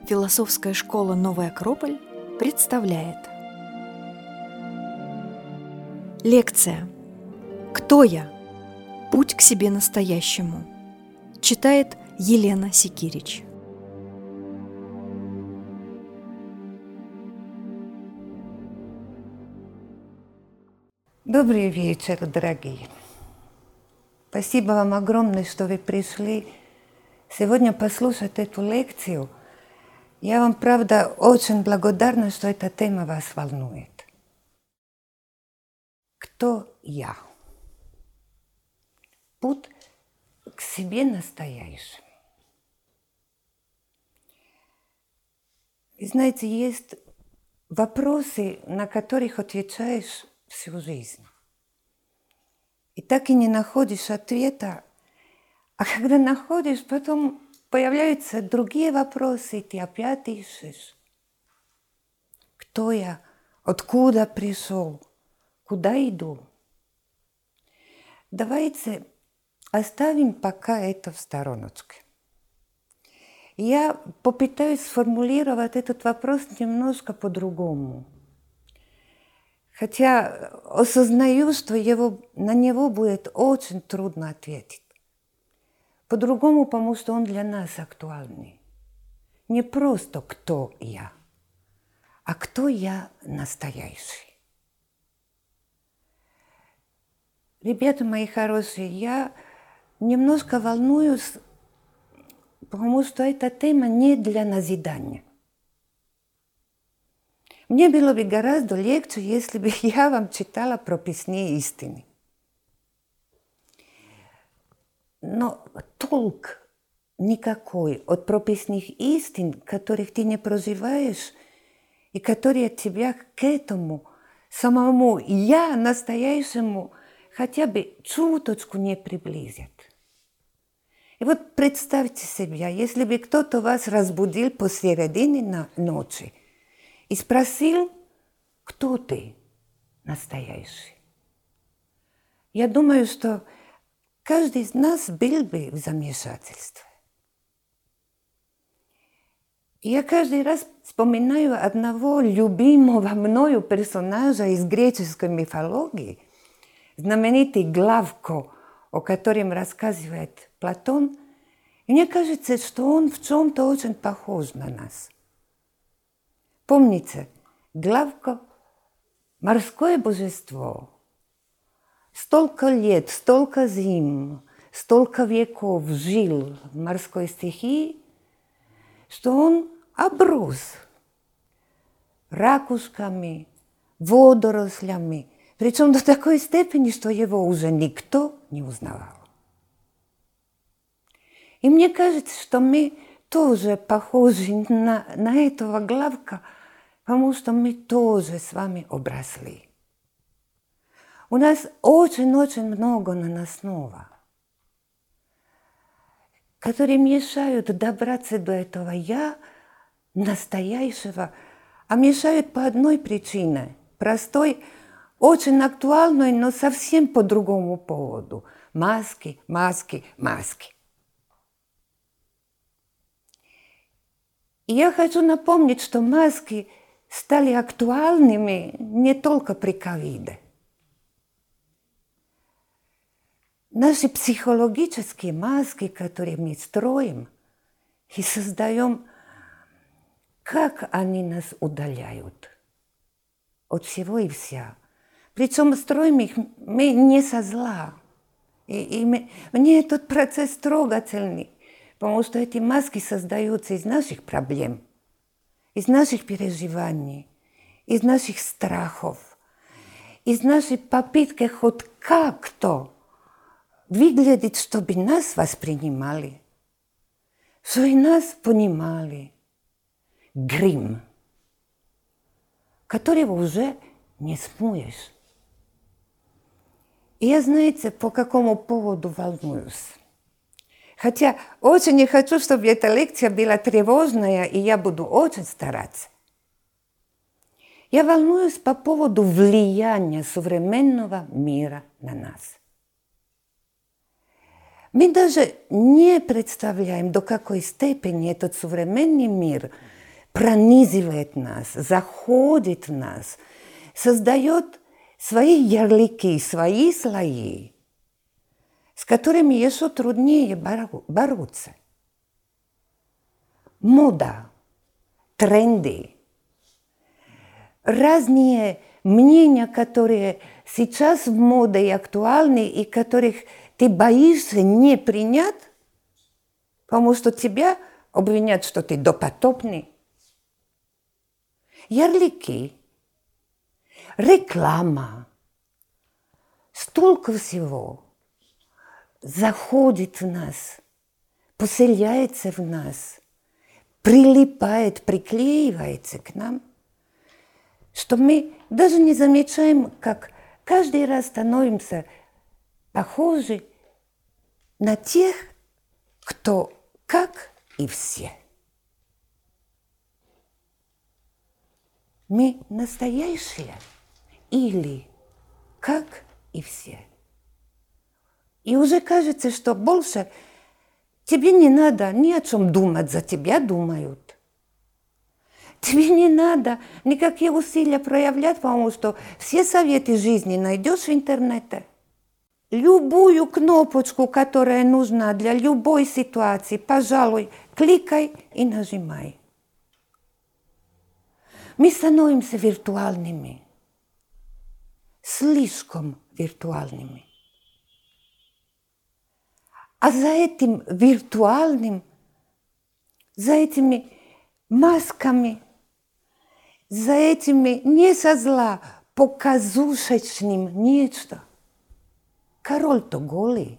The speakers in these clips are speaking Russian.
Философская школа «Новый Акрополь» представляет. Лекция «Кто я? Путь к себе настоящему». Читает Елена Секирич. Добрый вечер, дорогие. Спасибо вам огромное, что вы пришли сегодня послушать эту лекцию. Я вам, правда, очень благодарна, что эта тема вас волнует. Кто я? Путь к себе настоящему. И знаете, есть вопросы, на которых отвечаешь всю жизнь. И так и не находишь ответа. А когда находишь, потом появляются другие вопросы, и ты опять ищешь. Кто я? Откуда пришел? Куда иду? Давайте оставим пока это в стороночке. Я попытаюсь сформулировать этот вопрос немножко по-другому. Хотя осознаю, что на него будет очень трудно ответить. По-другому, потому что он для нас актуальный. Не просто кто я, а кто я настоящий. Ребята мои хорошие, я немножко волнуюсь, потому что эта тема не для назидания. Мне было бы гораздо легче, если бы я вам читала прописные истины. Но толк никакой от прописных истин, которых ты не проживаешь, и которые тебя к этому самому я настоящему хотя бы чуточку не приблизят. И вот представьте себе, если бы кто-то вас разбудил посередине ночи и спросил, кто ты настоящий. Я думаю, что каждый из нас был бы в замешательстве. И я каждый раз вспоминаю одного любимого мною персонажа из греческой мифологии, знаменитый Главко, о котором рассказывает Платон. И мне кажется, что он в чем-то очень похож на нас. Помните, Главко – морское божество. Столько лет, столько зим, столько веков жил в морской стихии, что он оброс ракушками, водорослями, причем до такой степени, что его уже никто не узнавал. И мне кажется, что мы тоже похожи на этого Главка, потому что мы тоже с вами обросли. У нас очень-очень много наносного, которые мешают добраться до этого «я» настоящего, а мешают по одной причине, простой, очень актуальной, но совсем по другому поводу. Маски, маски, маски. И я хочу напомнить, что маски стали актуальными не только при ковиде. Наши психологические маски, которые мы строим и создаем, как они нас удаляют от всего и вся. Причем строим их мы не со зла. Мне этот процесс трогательный, потому что эти маски создаются из наших проблем, из наших переживаний, из наших страхов, из нашей попытки хоть как-то выглядеть, чтобы нас воспринимали, что и нас понимали. Грим, которого уже не смоешь. И я, знаете, по какому поводу волнуюсь. Хотя очень не хочу, чтобы эта лекция была тревожная, и я буду очень стараться. Я волнуюсь по поводу влияния современного мира на нас. Мы даже не представляем, до какой степени этот современный мир пронизывает нас, заходит в нас, создает свои ярлыки, свои слои, с которыми еще труднее бороться. Мода, тренды, разные мнения, которые сейчас в моде и актуальны, и которых ты боишься не принять, потому что тебя обвинят, что ты допотопный. Ярлыки, реклама, столько всего заходит в нас, поселяется в нас, прилипает, приклеивается к нам, что мы даже не замечаем, как каждый раз становимся похожи на тех, кто как и все. Мы настоящие или как и все. И уже кажется, что больше тебе не надо ни о чем думать, за тебя думают. Тебе не надо никакие усилия проявлять, потому что все советы жизни найдешь в интернете. Любую кнопочку, которая нужна для любой ситуации, пожалуй, кликай и нажимай. Мы становимся виртуальными, слишком виртуальными. А за этим виртуальным, за этими масками, за этими не со зла, показушечным нечто. Король-то голый.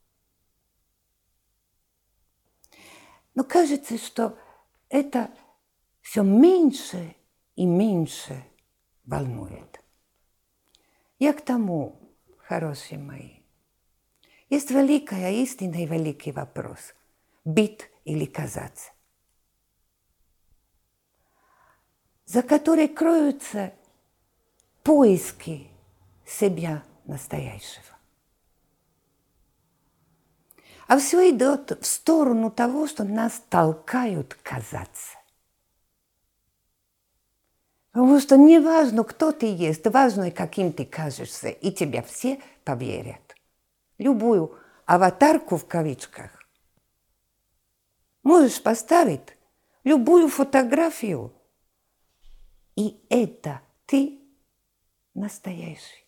Но кажется, что это все меньше и меньше волнует. Я к тому, хорошие мои, есть великая истина и великий вопрос. Быть или казаться? За которой кроются поиски себя настоящего. А все идет в сторону того, что нас толкают казаться. Потому что не важно, кто ты есть, важно, каким ты кажешься, и тебя все поверят. Любую аватарку в кавычках можешь поставить, любую фотографию, и это ты настоящий.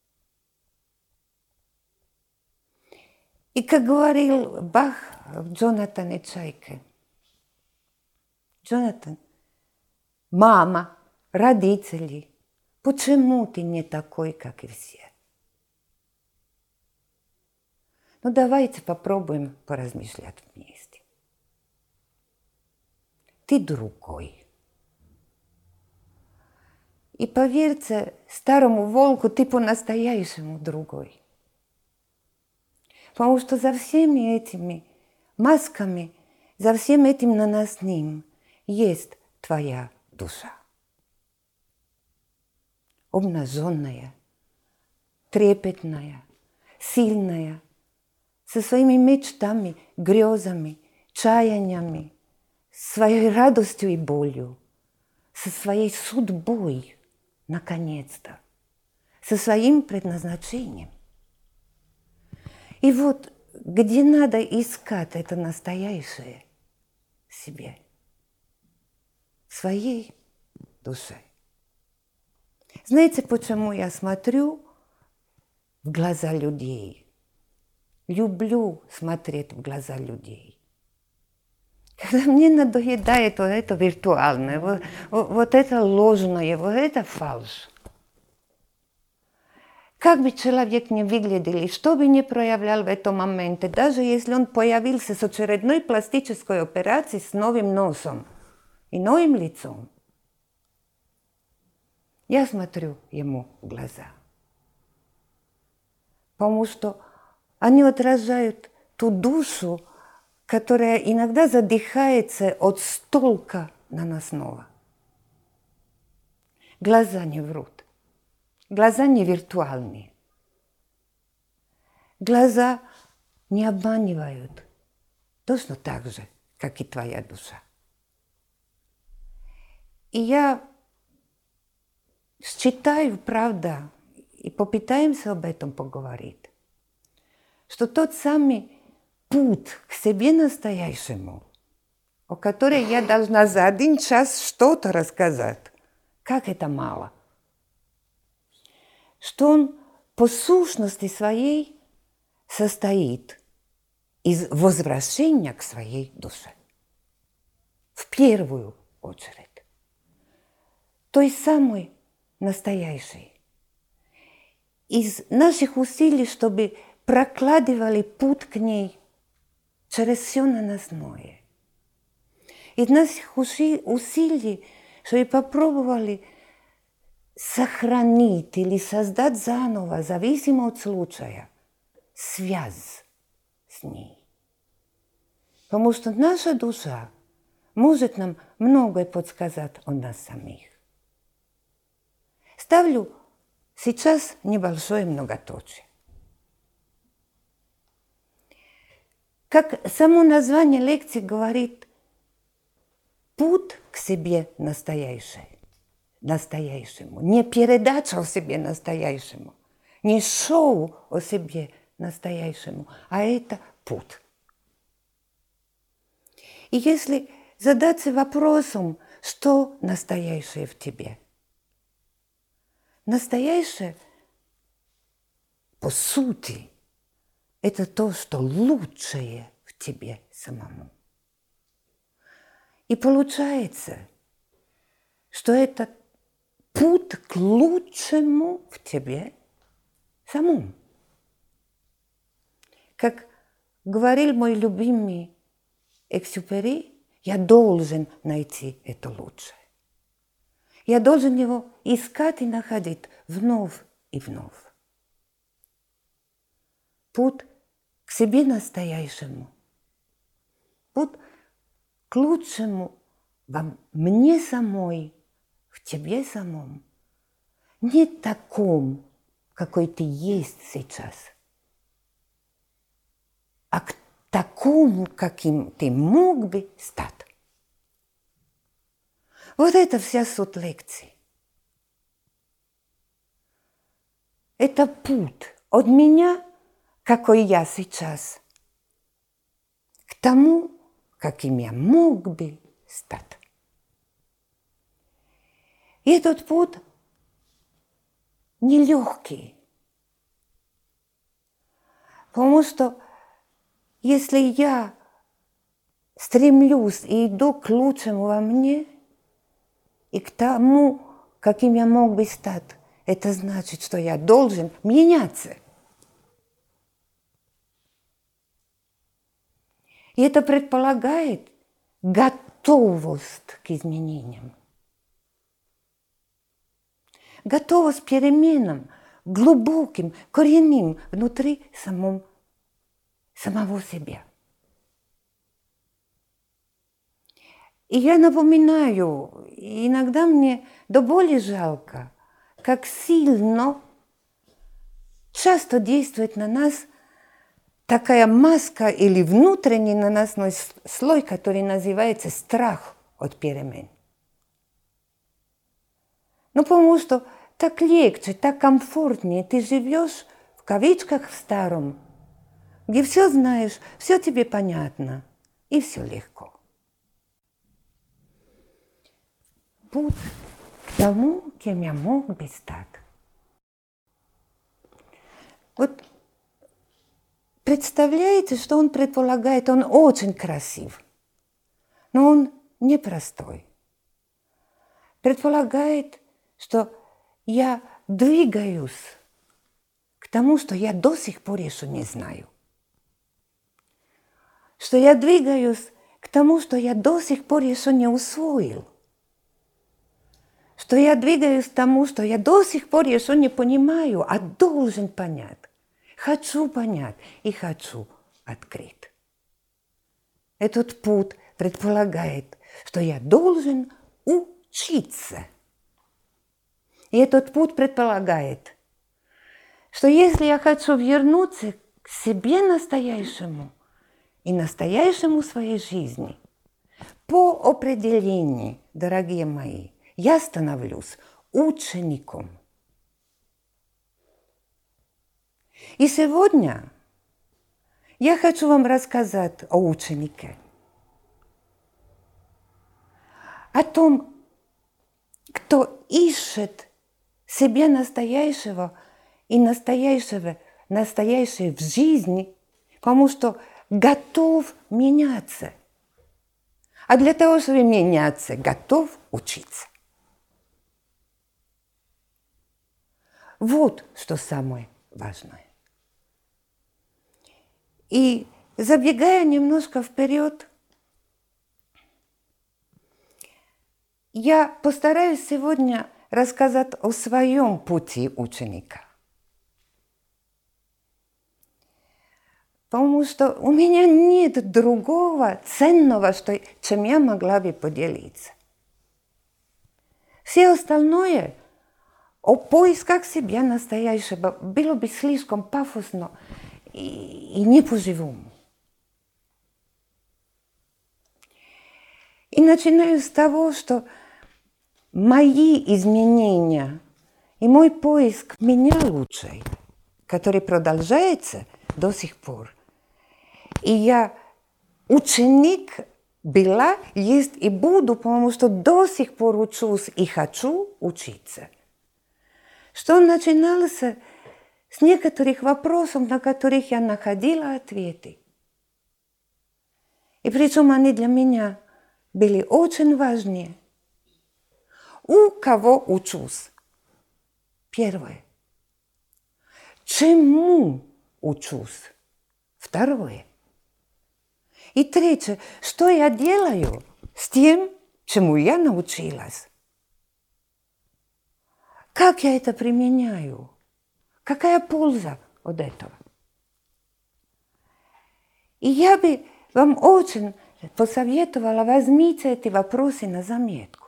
И как говорил Бах в Джонатане Чайке, Джонатан, мама, родители, почему ты не такой, как и все? Ну, давайте попробуем поразмышлять вместе. Ты другой. И поверьте старому волку, ты по-настоящему другой. Потому что за всеми этими масками, за всем этим наносным есть твоя душа. Обнаженная, трепетная, сильная, со своими мечтами, грезами, чаяниями, своей радостью и болью, со своей судьбой, наконец-то, со своим предназначением. И вот где надо искать это настоящее в себе, в своей душе. Знаете, почему я смотрю в глаза людей? Люблю смотреть в глаза людей. Когда мне надоедает вот это виртуальное, вот это ложное, вот это фальшь. Как бы человек ни выглядел, и что бы ни проявлял в этом моменте, даже если он появился с очередной пластической операцией с новым носом и новым лицом, я смотрю ему в глаза. Потому что они отражают ту душу, которая иногда задыхается от столько наносного. Глаза не врут. Глаза не виртуальные. Глаза не обманывают. Точно так же, как и твоя душа. И я считаю, правда, и попытаемся об этом поговорить, что тот самый путь к себе настоящему, о котором я должна за 1 час что-то рассказать, как это мало, что он по сущности своей состоит из возвращения к своей душе. В первую очередь. Той самой настоящей. Из наших усилий, чтобы прокладывали путь к ней через все наносное. Из наших усилий, чтобы попробовали сохранить или создать заново, зависимо от случая, связь с ней. Потому что наша душа может нам многое подсказать о нас самих. Ставлю сейчас небольшое многоточие. Как само название лекции говорит, путь к себе настоящему, не передача о себе настоящему, не шоу о себе настоящему, а это путь. И если задаться вопросом, что настоящее в тебе? Настоящее, по сути, это то, что лучшее в тебе самому. И получается, что это путь к лучшему в тебе самому. Как говорил мой любимый Экзюпери, я должен найти это лучшее. Я должен его искать и находить вновь и вновь. Путь к себе настоящему, путь к лучшему во мне самой, в тебе самом, не таком, какой ты есть сейчас, а к такому, каким ты мог бы стать. Вот это вся суть лекции. Это путь от меня, какой я сейчас, к тому, каким я мог бы стать. И этот путь нелегкий, потому что если я стремлюсь и иду к лучшему во мне, и к тому, каким я мог бы стать, это значит, что я должен меняться. И это предполагает готовность к изменениям. Готовность к переменам, глубоким, коренным внутри самого себя. И я напоминаю, иногда мне до боли жалко, как сильно часто действует на нас такая маска или внутренний наносной слой, который называется страх от перемен. Ну, потому что так легче, так комфортнее ты живешь в кавычках в старом, где все знаешь, все тебе понятно и все легко. Путь к тому, кем я мог бы стать. Вот представляете, что он предполагает? Он очень красив, но он непростой. Предполагает, что я двигаюсь к тому, что я до сих пор еще не знаю. Что я двигаюсь к тому, что я до сих пор еще не усвоил. Что я двигаюсь к тому, что я до сих пор еще не понимаю, а должен понять. Хочу понять и хочу открыть. Этот путь предполагает, что я должен учиться. И этот путь предполагает, что если я хочу вернуться к себе настоящему и настоящему своей жизни, по определению, дорогие мои, я становлюсь учеником. И сегодня я хочу вам рассказать о ученике. О том, кто ищет себя настоящего и настоящее в жизни, потому что готов меняться. А для того, чтобы меняться, готов учиться. Вот что самое важное. И забегая немножко вперед, я постараюсь сегодня рассказать о своем пути ученика. Потому что у меня нет другого ценного, чем я могла бы поделиться. Все остальное о поисках себя настоящего было бы слишком пафосно и не по-живому. И начинаю с того, что мои изменения и мой поиск меня лучшей, который продолжается до сих пор. И я ученик была, есть и буду, потому что до сих пор учусь и хочу учиться. Что начиналось с некоторых вопросов, на которых я находила ответы. И причем они для меня были очень важны. У кого учусь? Первое. Чему учусь? Второе. И третье. Что я делаю с тем, чему я научилась? Как я это применяю? Какая польза от этого? И я бы вам очень посоветовала, возьмите эти вопросы на заметку.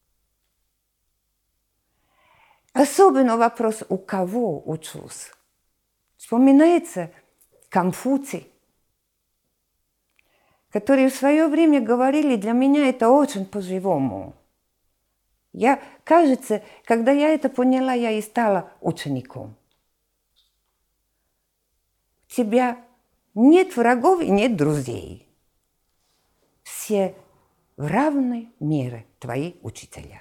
Особенно вопрос, у кого учусь. Вспоминается Конфуций, которые в свое время говорили, для меня это очень по-живому. Кажется, когда я это поняла, я и стала учеником. У тебя нет врагов и нет друзей. Все в равной мере твои учителя.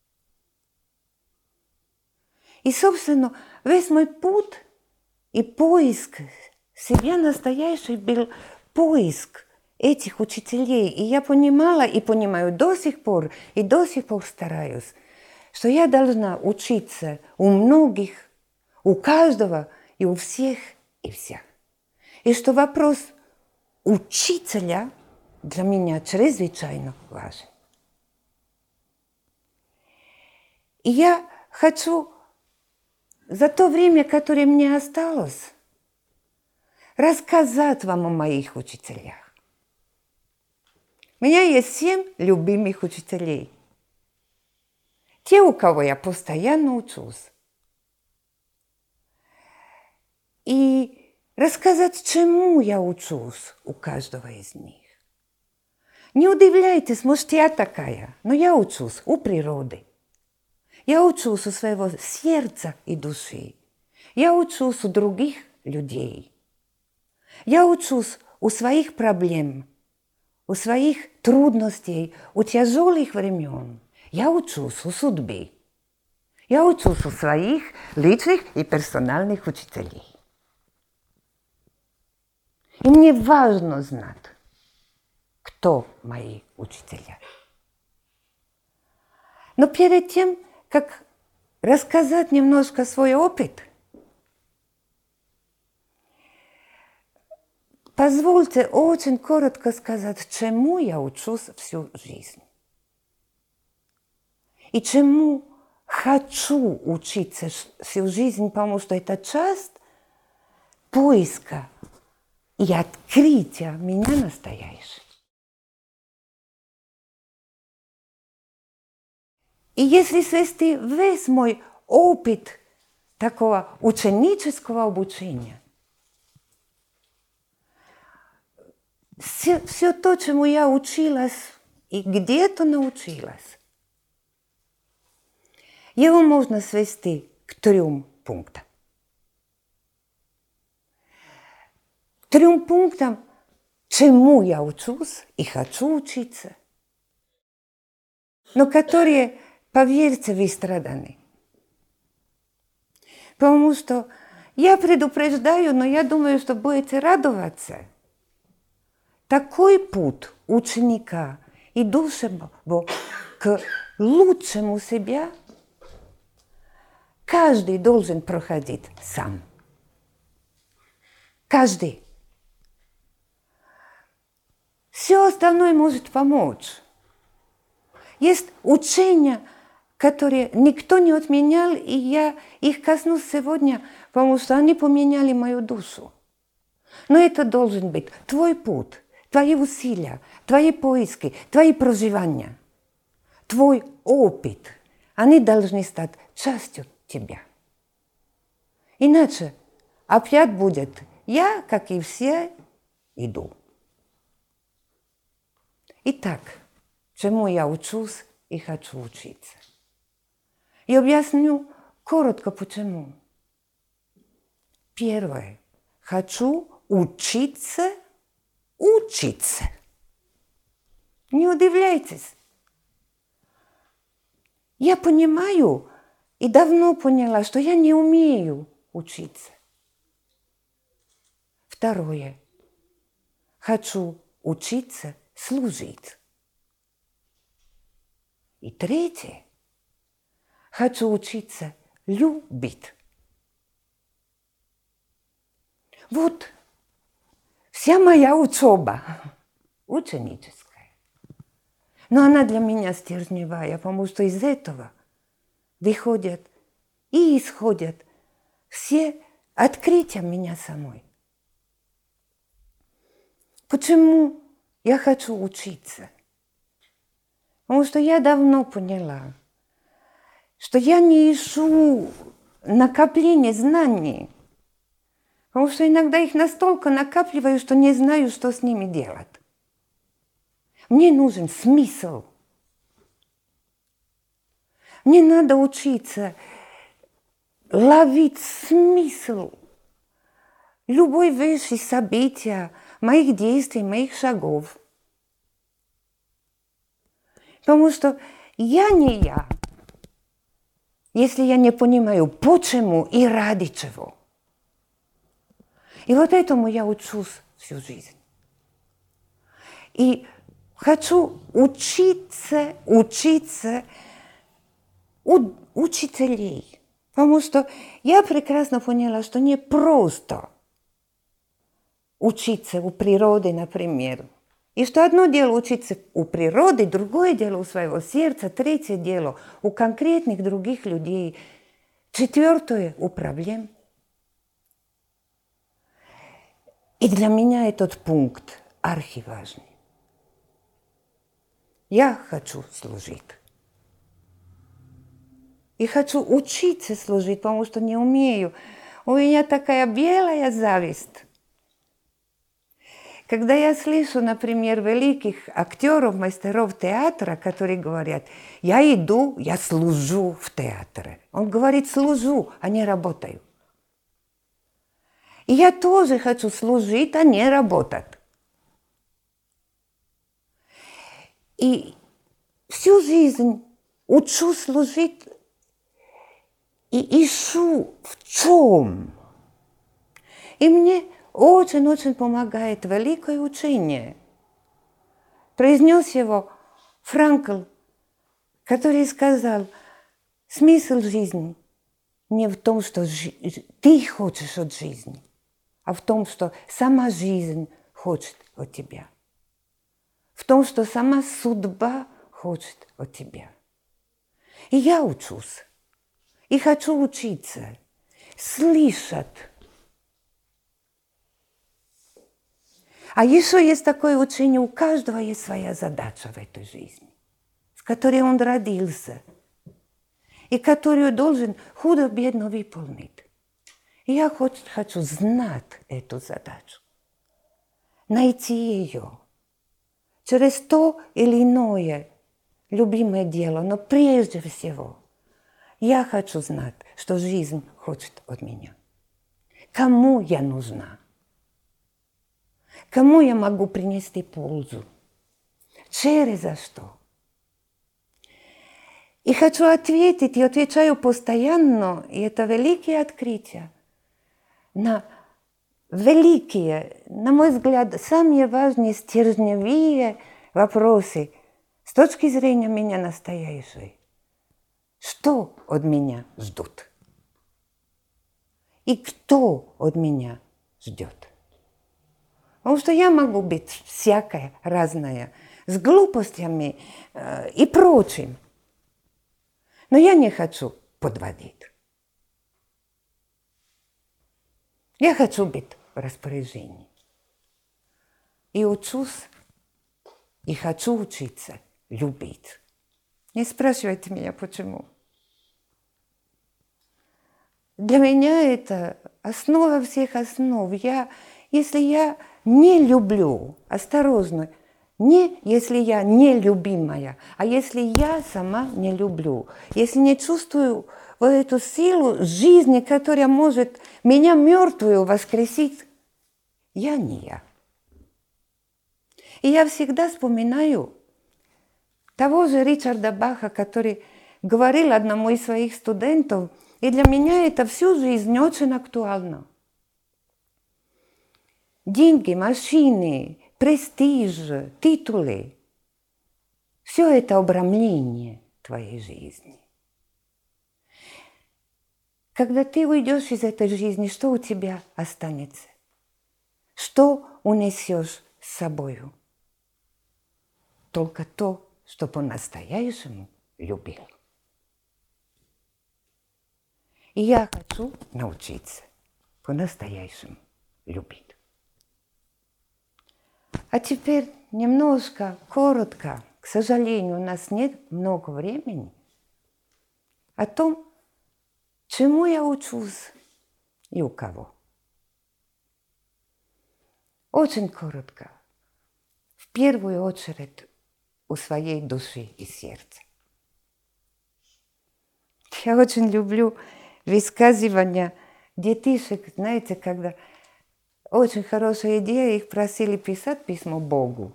И, собственно, весь мой путь и поиск себя настоящий был поиск этих учителей. И я понимала и понимаю до сих пор, и до сих пор стараюсь, что я должна учиться у многих, у каждого и у всех и всех. И что вопрос учителя для меня чрезвычайно важен. И я хочу за то время, которое мне осталось, рассказать вам о моих учителях. У меня есть 7 любимых учителей. Те, у кого я постоянно учусь. И рассказать, чему я учусь у каждого из них. Не удивляйтесь, может, я такая, но я учусь у природы. Я учусь у своего сердца и души. Я учусь у других людей. Я учусь у своих проблем, у своих трудностей, у тяжелых времен. Я учусь у судьбы. Я учусь у своих личных и персональных учителей. И мне важно знать, кто мои учителя. Но перед тем, как рассказать немножко свой опыт, позвольте очень коротко сказать, чему я учусь всю жизнь. И чему хочу учиться всю жизнь, потому что это часть поиска и открытия меня настоящего. И если свести весь мой опыт такого ученического обучения, все то, чему я училась и где-то научилась, Его можно свести к 3 пунктам. 3 пунктам, чему я учусь и хочу учиться, но которые, поверьте, вы страданы. Потому что я предупреждаю, но я думаю, что будете радоваться. Такой путь ученика, идущего к лучшему себя, каждый должен проходить сам. Каждый. Все остальное может помочь. Есть учения, которые никто не отменял, и я их коснусь сегодня, потому что они поменяли мою душу. Но это должен быть твой путь, твои усилия, твои поиски, твои проживания, твой опыт. Они должны стать частью тебя. Иначе опять будет я, как и все, иду. Итак, чему я учусь и хочу учиться? И объясню коротко, почему. Первое. Хочу учиться. Не удивляйтесь. Я понимаю и давно поняла, что я не умею учиться. Второе. Хочу учиться служить. И третье. Хочу учиться любить. Вот вся моя учеба ученическая. Но она для меня стержневая, потому что из этого выходят и исходят все открытия меня самой. Почему я хочу учиться? Потому что я давно поняла, что я не ищу накопление знаний, потому что иногда их настолько накапливаю, что не знаю, что с ними делать. Мне нужен смысл. Мне надо учиться ловить смысл любой вещи, события, моих действий, моих шагов. Потому что я не я, если я не понимаю, почему и ради чего. И вот этому я учусь всю жизнь. И хочу учиться у учителей. Потому что я прекрасно поняла, что не просто учиться у природы, например. И что одно дело учиться у природы, другое дело у своего сердца, третье дело у конкретных других людей, четвертое у проблем. И для меня этот пункт архиважный. Я хочу служить. И хочу учиться служить, потому что не умею. У меня такая белая зависть. Когда я слышу, например, великих актеров, мастеров театра, которые говорят, я иду, я служу в театре. Он говорит, служу, а не работаю. И я тоже хочу служить, а не работать. И всю жизнь учу служить и ищу в чем. И мне очень-очень помогает великое учение. Произнес его Франкл, который сказал, смысл жизни не в том, что ты хочешь от жизни, а в том, что сама жизнь хочет от тебя. В том, что сама судьба хочет от тебя. И я учусь. И хочу учиться, слышать. А еще есть такое учение, у каждого есть своя задача в этой жизни, с которой он родился, и которую должен худо-бедно выполнить. И я хочу знать эту задачу, найти ее через то или иное любимое дело, но прежде всего Я хочу знать, что жизнь хочет от меня. Кому я нужна? Кому я могу принести пользу? Через что? И хочу ответить, и отвечаю постоянно, и это великие открытия на великие, на мой взгляд, самые важные стержневые вопросы с точки зрения меня настоящей. Что от меня ждут? И кто от меня ждет? Потому что я могу быть всякая, разная, с глупостями и прочим. Но я не хочу подводить. Я хочу быть в распоряжении. И учусь, и хочу учиться любить. Не спрашивайте меня, почему. Для меня это основа всех основ. Если я не люблю, осторожно, не если я нелюбимая, а если я сама не люблю, если не чувствую вот эту силу жизни, которая может меня мертвую воскресить, я не я. И я всегда вспоминаю того же Ричарда Баха, который говорил одному из своих студентов, и для меня это всю жизнь очень актуально. Деньги, машины, престиж, титулы – все это обрамление твоей жизни. Когда ты уйдешь из этой жизни, что у тебя останется? Что унесешь с собою? Только то, что по-настоящему любил. И я хочу научиться по-настоящему любить. А теперь немножко, коротко, к сожалению, у нас нет много времени, о том, чему я учусь и у кого. Очень коротко. В первую очередь у своей души и сердца. Я очень люблю высказывания детишек, знаете, когда очень хорошая идея, их просили писать письмо Богу.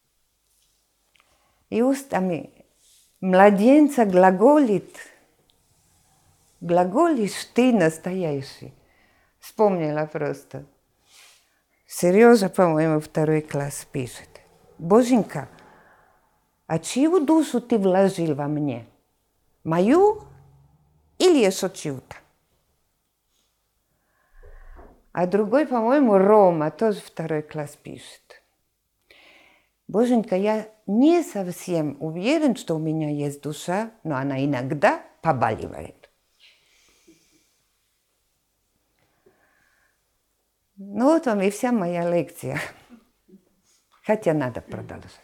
И устами младенца глаголит, глаголишь ты настоящий. Вспомнила просто. Сережа, по-моему, 2 класс пишет. Боженька, а чью душу ты вложил во мне? Мою или еще чью-то? А другой, по-моему, Рома, тоже 2 класс пишет. Боженька, я не совсем уверен, что у меня есть душа, но она иногда побаливает. Ну вот вам и вся моя лекция. Хотя надо продолжать.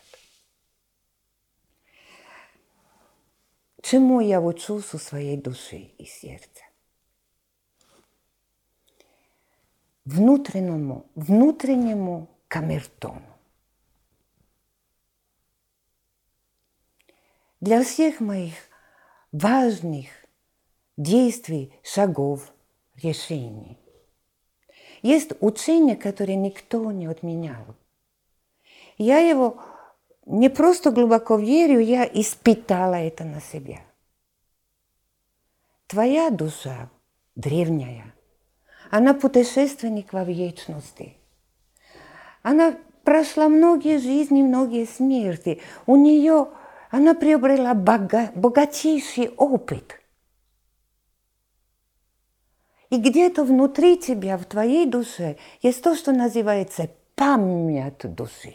Чему я учусь у своей души и сердца? Внутреннему камертону. Для всех моих важных действий, шагов, решений есть учение, которое никто не отменял. Я его не просто глубоко верю, я испытала это на себе. Твоя душа древняя. Она путешественник во вечности. Она прошла многие жизни, многие смерти. У нее она приобрела богатейший опыт. И где-то внутри тебя, в твоей душе, есть то, что называется память души.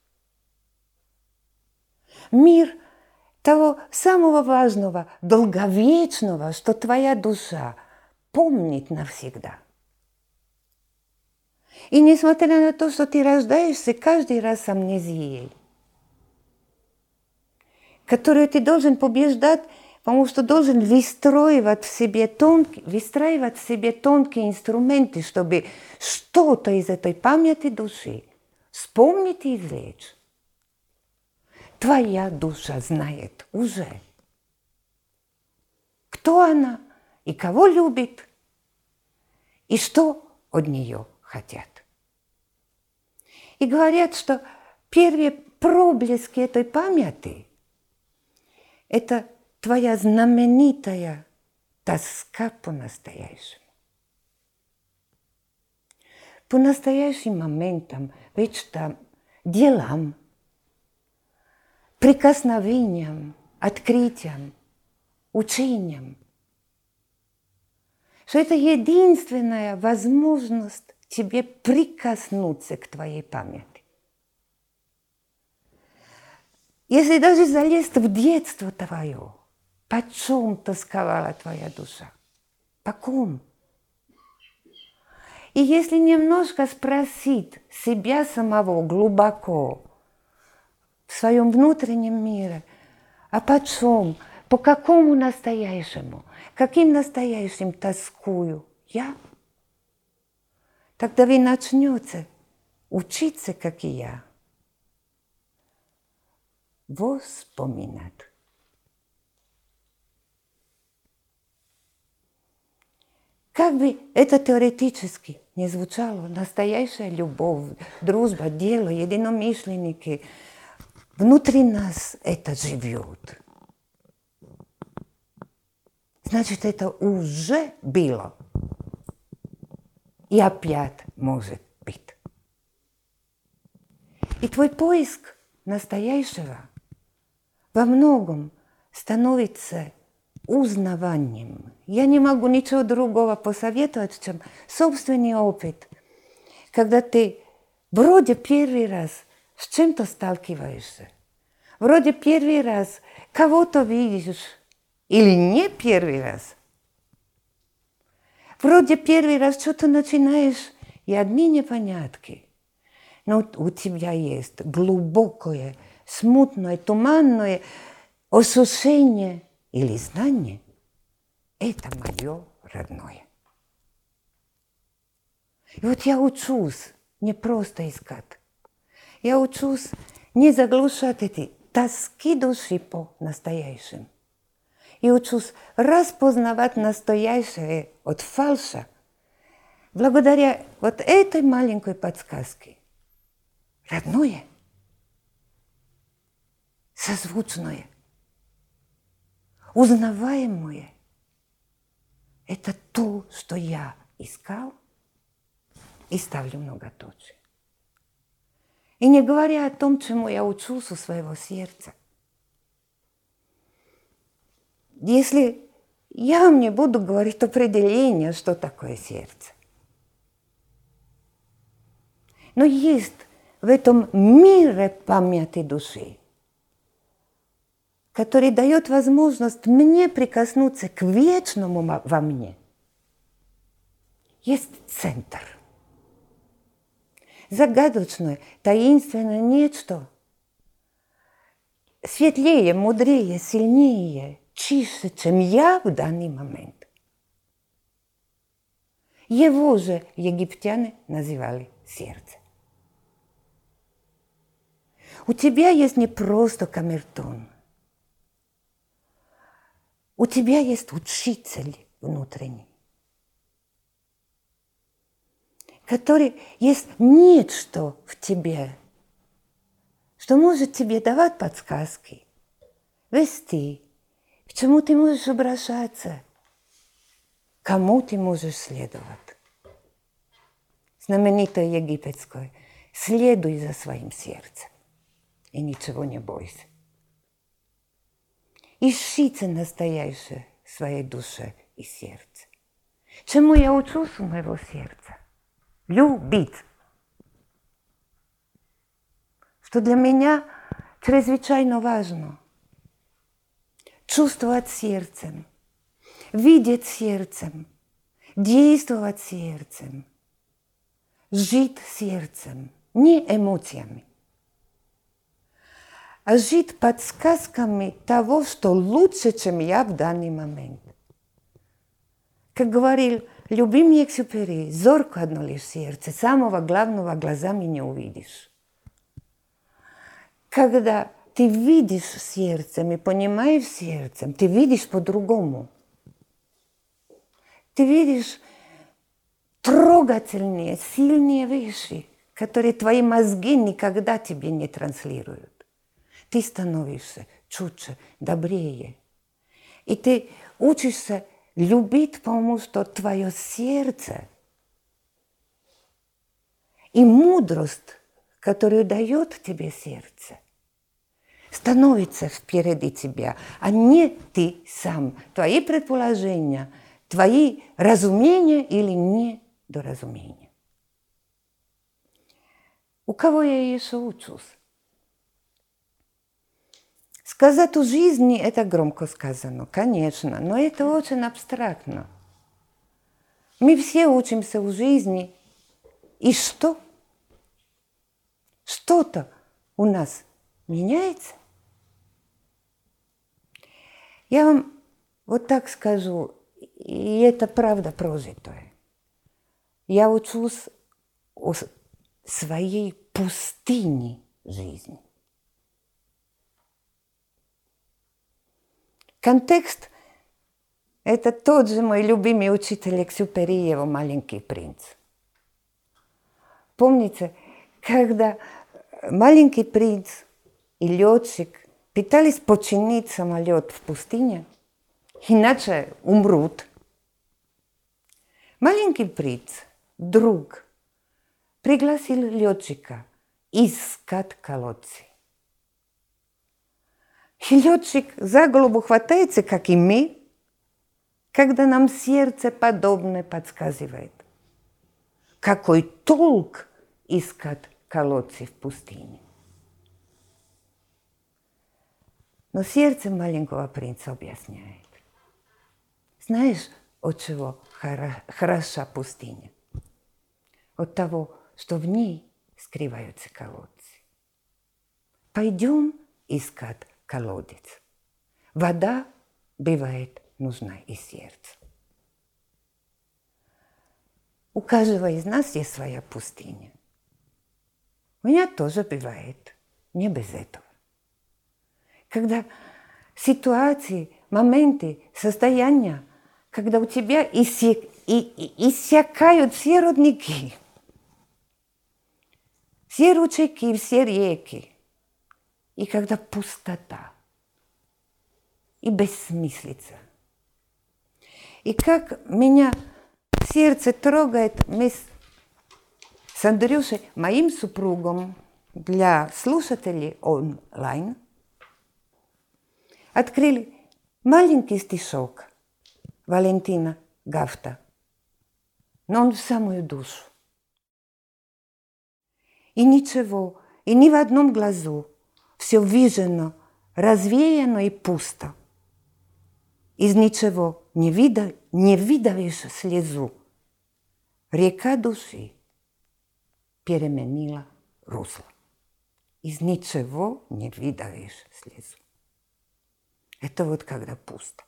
Мир того самого важного, долговечного, что твоя душа помнит навсегда. И несмотря на то, что ты рождаешься каждый раз с амнезией, которую ты должен побеждать, потому что должен выстраивать в себе тонкие инструменты, чтобы что-то из этой памяти души вспомнить и извлечь. Твоя душа знает уже. кто она и кого любит, и что от нее хотят. И говорят, что первые проблески этой памяти – это твоя знаменитая тоска по-настоящему. По настоящим моментам, мечтам, делам, прикосновениям, открытиям, учениям. Что это единственная возможность тебе прикоснуться к твоей памяти. Если даже залезть в детство твое, по чем тосковала твоя душа? По ком? И если немножко спросить себя самого глубоко в своем внутреннем мире, а почем, по какому настоящему, каким настоящим тоскую я, тогда вы начнете учиться, как и я, вспоминать. Как бы это теоретически не звучало, настоящая любовь, дружба, дело, единомышленники, внутри нас это живет. Значит, это уже было. И опять может быть. И твой поиск настоящего во многом становится узнаванием. Я не могу ничего другого посоветовать, чем собственный опыт. Когда ты вроде первый раз с чем-то сталкиваешься, вроде первый раз кого-то видишь, или не первый раз, вроде первый раз что-то начинаешь, и одни непонятки. Но у тебя есть глубокое, смутное, туманное ощущение или знание. Это мое родное. И вот я учусь не просто искать. Я учусь не заглушать эти тоски души по настоящему. И учусь распознавать настоящее от фальша благодаря вот этой маленькой подсказке. Родное, созвучное, узнаваемое – это то, что я искал, и ставлю многоточие. И не говоря о том, чему я учусь у своего сердца. Если я вам не буду говорить определение, что такое сердце. Но есть в этом мире памяти души, который дает возможность мне прикоснуться к вечному во мне. Есть центр. Загадочное, таинственное нечто. Светлее, мудрее, сильнее, чище, чем я в данный момент. Его же египтяне называли сердце. У тебя есть не просто камертон. У тебя есть учитель внутренний, который есть нечто в тебе, что может тебе давать подсказки, вести, к чему ты можешь обращаться, кому ты можешь следовать. Знаменитое египетское «Следуй за своим сердцем и ничего не бойся». Ищите настоящее в своей душе и сердце. Чему я учусь у моего сердца? Любить. Что для меня чрезвычайно важно. Чувствовать сердцем, видеть сердцем, действовать сердцем, жить сердцем, не эмоциями, а жить подсказками того, что лучше, чем я в данный момент. Как говорил любимый Экзюпери, зорко одно лишь сердце, самого главного глазами не увидишь. Когда ты видишь сердцем и понимаешь сердцем, ты видишь по-другому. ты видишь трогательные, сильные вещи, которые твои мозги никогда тебе не транслируют. Ты становишься чутьче, добрее. И ты учишься любить, потому что твое сердце и мудрость, которую дает тебе сердце, становится впереди тебя, а не ты сам. Твои предположения, твои разумения или недоразумения. У кого я еще учусь? Сказать о жизни – это громко сказано, конечно, но это очень абстрактно. Мы все учимся у жизни, и что? Что-то у нас меняется? Я вам вот так скажу, и это правда прожитое. Я учусь о своей пустыне жизни. Контекст – это тот же мой любимый учитель Экзюпери, его «Маленький принц». Помните, когда маленький принц и летчик пытались починить самолет в пустыне, иначе умрут. Маленький принц, друг, пригласил летчика искать колодцы. И летчик за голову хватается, как и мы, когда нам сердце подобное подсказывает. Какой толк искать колодцы в пустыне? Но сердце маленького принца объясняет. Знаешь, от чего хороша пустыня? От того, что в ней скрываются колодцы. Пойдем искать колодец. Вода бывает нужна и сердцу. У каждого из нас есть своя пустыня. У меня тоже бывает, не без этого. Когда ситуации, моменты, состояния, когда у тебя иссякают все родники, все ручейки, все реки, и когда пустота и бессмыслица. И как меня сердце трогает, мы с Андрюшей, моим супругом, для слушателей онлайн, открыли маленький стишок Валентина Гафта, но он в самую душу. И ничего, и ни в одном глазу все видено, развеяно и пусто. Из ничего не видавишь слезу. Река души переменила русло. Из ничего не видавишь слезу. Это вот когда пусто.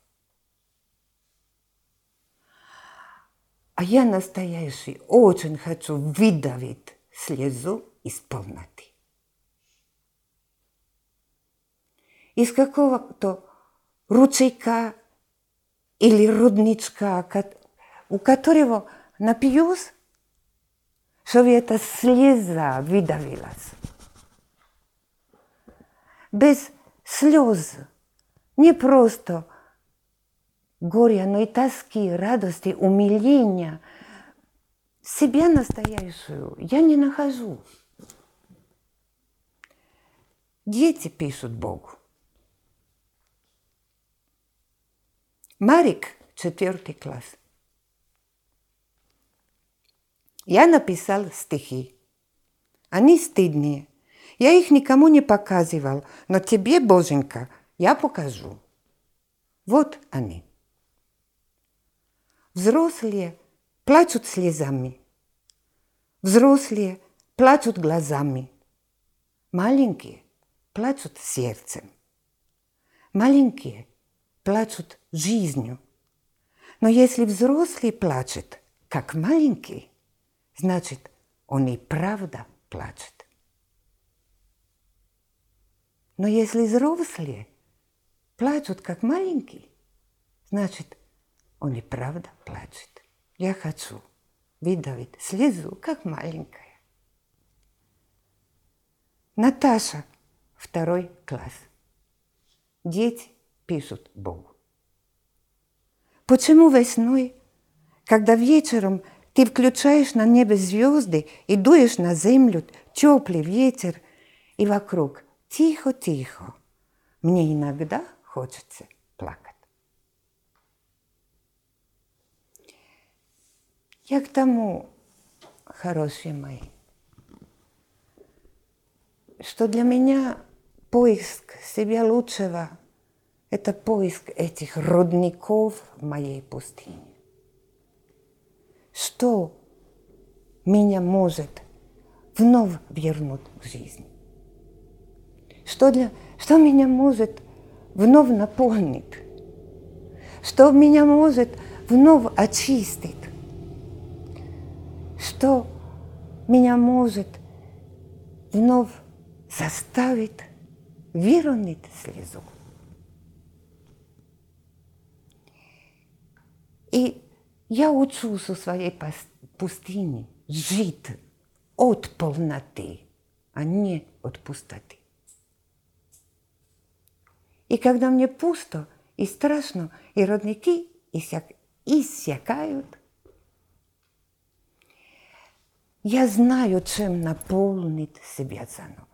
А я настоящий очень хочу выдавить слезу из полноты. Из какого-то ручейка или рудничка, у которого напьюсь, чтобы эта слеза выдавилась. Без слез не просто горя, но и тоски, радости, умиления. Себя настоящую я не нахожу. Дети пишут Богу. Марик, 4 класс. Я написал стихи. Они стыдные. Я их никому не показывал, но тебе, Боженька, я покажу. Вот они. Взрослые плачут слезами. Взрослые плачут глазами. Маленькие плачут сердцем. Маленькие плачут жизнью. Но если взрослый плачет, как маленький, значит, он и правда плачет. Но если взрослые плачут, как маленький, значит, Он и правда плачет. Я хочу выдавить слезу, как маленькая. Наташа, 2 класс. Дети пишут Богу. Почему весной, когда вечером ты включаешь на небе звезды и дуешь на землю теплый ветер, и вокруг тихо-тихо, мне иногда хочется плакать? Я к тому, хорошие мои, что для меня поиск себя лучшего – это поиск этих родников в моей пустыне. Что меня может вновь вернуть к жизни? Что меня может вновь наполнить? Что меня может вновь очистить? Что меня может вновь заставить выронить слезу? И я учусь у своей пустыни жить от полноты, а не от пустоты. И когда мне пусто и страшно, и родники иссякают, я знаю, чем наполнить себя заново.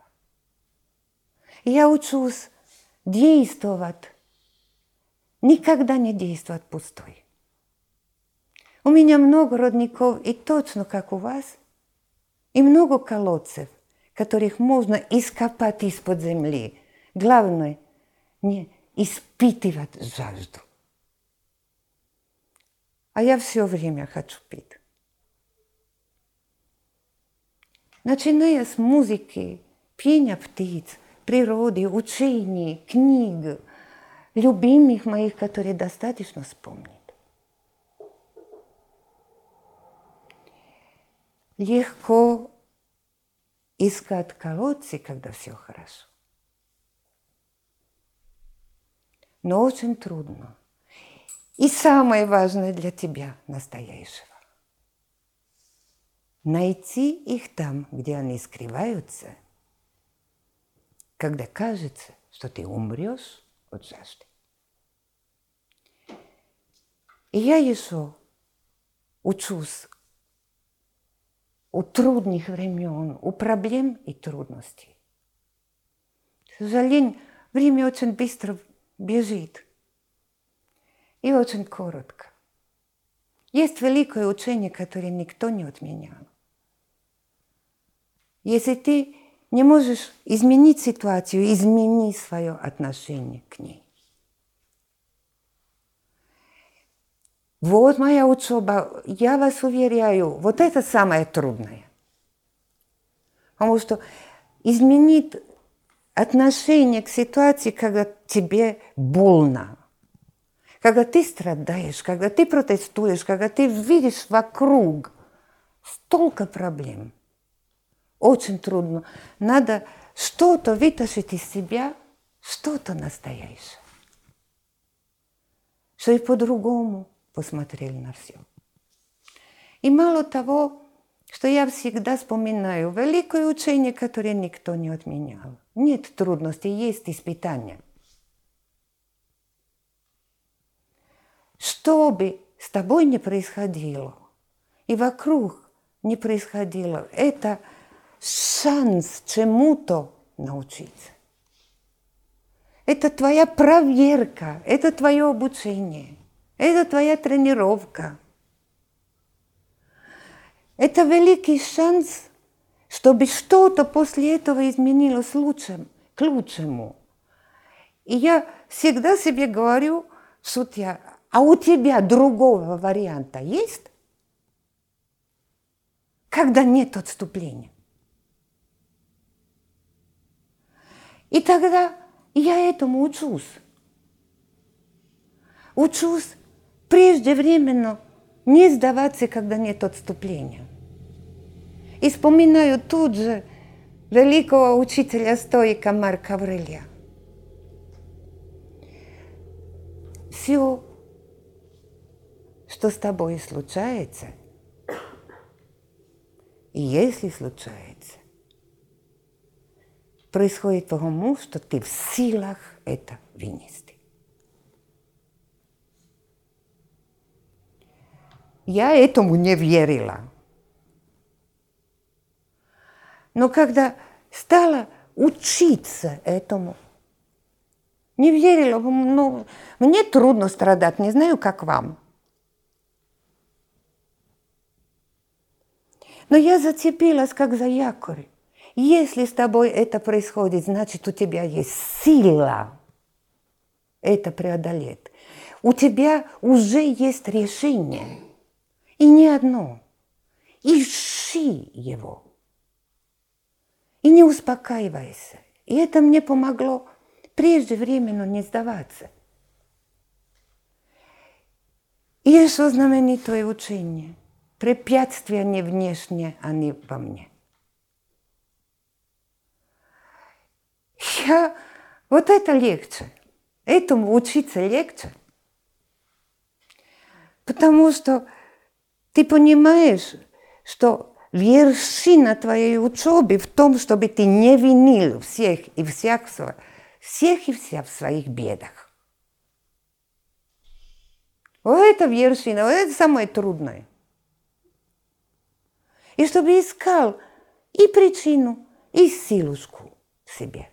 Я учусь действовать, никогда не действовать пустой. У меня много родников, и точно как у вас, и много колодцев, которых можно ископать из-под земли. Главное, не испытывать жажду. А я все время хочу пить. Начиная с музыки, пения птиц, природы, учений, книг, любимых моих, которые достаточно вспомнить. Легко искать колодцы, когда все хорошо. Но очень трудно. И самое важное для тебя настоящего – найти их там, где они скрываются, когда кажется, что ты умрешь от жажды. И я еще учусь у трудных времен, у проблем и трудностей. К сожалению, время очень быстро бежит и очень коротко. Есть великое учение, которое никто не отменял. Если ты не можешь изменить ситуацию, измени свое отношение к ней. Вот моя учеба, я вас уверяю, вот это самое трудное. Потому что изменить отношение к ситуации, когда тебе больно, когда ты страдаешь, когда ты протестуешь, когда ты видишь вокруг столько проблем, очень трудно. Надо что-то вытащить из себя, что-то настоящее. Что и по-другому посмотрели на все. И мало того, что я всегда вспоминаю великое учение, которое никто не отменял. Нет трудностей, есть испытания. Что бы с тобой ни происходило, и вокруг не происходило, это шанс чему-то научиться. Это твоя проверка, это твое обучение. Это твоя тренировка. Это великий шанс, чтобы что-то после этого изменилось к лучшему. И я всегда себе говорю, шутя, а у тебя другого варианта есть? Когда нет отступления. И тогда я этому учусь. Учусь преждевременно не сдаваться, когда нет отступления. И вспоминаю тут же великого учителя-стоика Марка Аврелия. Все что с тобой случается, и если случается, происходит потому, что ты в силах это вынести. Я этому не верила. Но когда стала учиться этому, не верила, ну, мне трудно страдать, не знаю, как вам. Но я зацепилась, как за якорь. Если с тобой это происходит, значит, у тебя есть сила это преодолеть. У тебя уже есть решение. И не одно. Ищи его. И не успокаивайся. И это мне помогло преждевременно не сдаваться. И еще знаменитое учение. Препятствия не внешние, они во мне. Вот это легче. Этому учиться легче. Потому что ты понимаешь, что вершина твоей учебы в том, чтобы ты не винил всех и вся в своих бедах. Вот это вершина, вот это самое трудное. И чтобы искал и причину, и силушку в себе.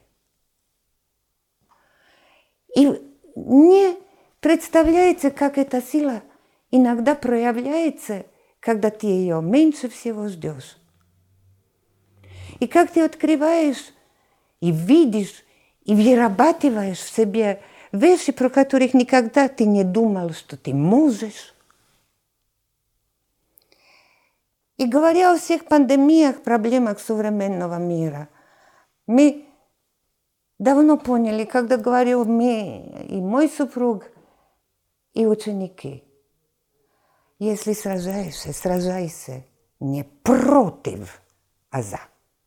И не представляется, как эта сила иногда проявляется, когда ты ее меньше всего ждешь. И как ты открываешь и видишь, и вырабатываешь в себе вещи, про которых никогда ты не думал, что ты можешь. И говоря о всех пандемиях, проблемах современного мира, мы давно поняли, когда говорю мы, и мой супруг, и ученики, если сражаешься, сражайся не против, а за.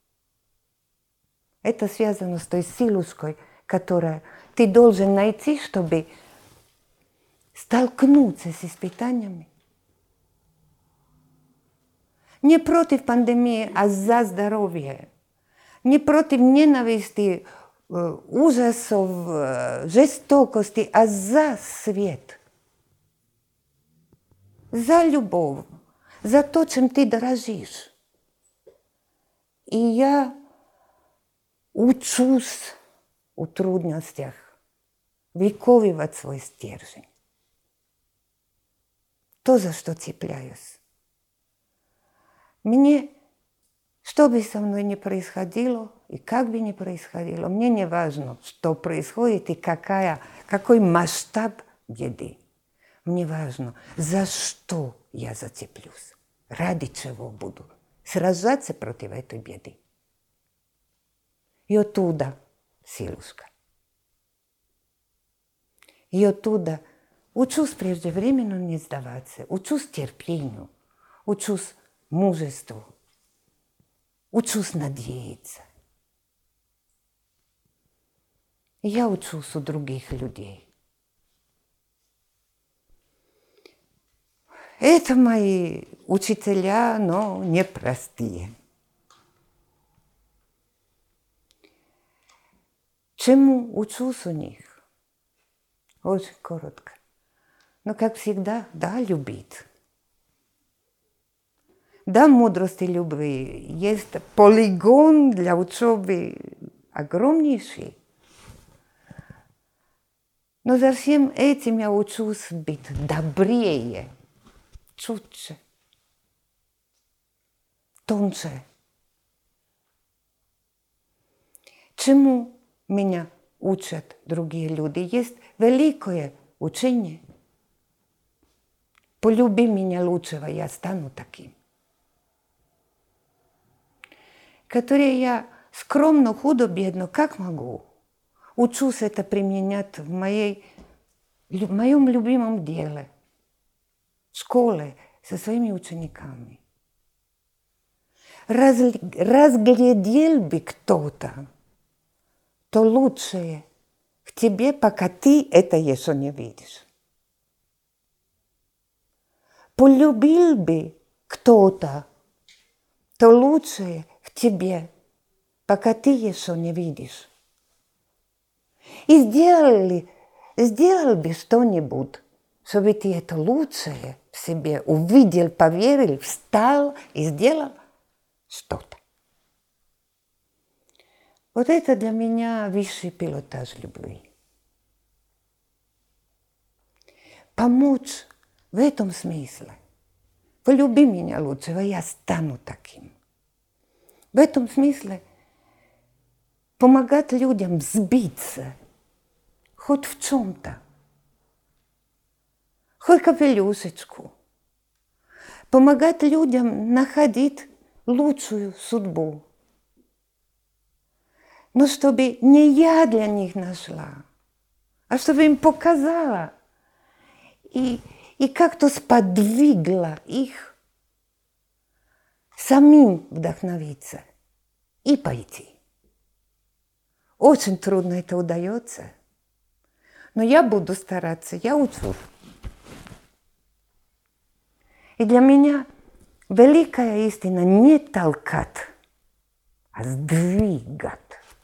Это связано с той силушкой, которую ты должен найти, чтобы столкнуться с испытаниями. Не против пандемии, а за здоровье. Не против ненависти, ужасов, жестокости, а за свет. За любовь, за то, чем ты дорожишь. И я учусь в трудностях выковывать свой стержень. То, за что цепляюсь. Мне, что бы со мной ни происходило, и как бы ни происходило, мне не важно, что происходит и какой масштаб беды. Мне важно, за что я зацеплюсь, ради чего буду сражаться против этой беды. И оттуда силушка. И оттуда учусь преждевременно не сдаваться, учусь терпению, учусь мужеству, учусь надеяться. Я учусь у других людей. Это мои учителя, но непростые. Чему учусь у них? Очень коротко. Но, как всегда, да, любить. Да, мудрости любви. Есть полигон для учебы огромнейший. Но за всем этим я учусь быть добрее, чутче, тоньше. Чему меня учат другие люди? Есть великое учение. Полюби меня лучшего, я стану таким. Которое я скромно, худо-бедно, как могу, учусь это применять в моем любимом деле, в школе, со своими учениками. Разглядел бы кто-то то лучшее в тебе, пока ты это еще не видишь. полюбил бы кто-то то лучшее в тебе, пока ты еще не видишь. И сделал бы что-нибудь, чтобы ты это лучшее в себе увидел, поверил, встал и сделал что-то. Вот это для меня высший пилотаж любви. Помочь в этом смысле. Полюби меня лучше, а я стану таким. В этом смысле помогать людям сбиться хоть в чем-то. Хоть капелюшечку. Помогать людям находить лучшую судьбу. Но чтобы не я для них нашла, а чтобы им показала и как-то сподвигла их самим вдохновиться и пойти. Очень трудно это удается, но я буду стараться, я учу. И для меня великая истина не толкать, а сдвигать.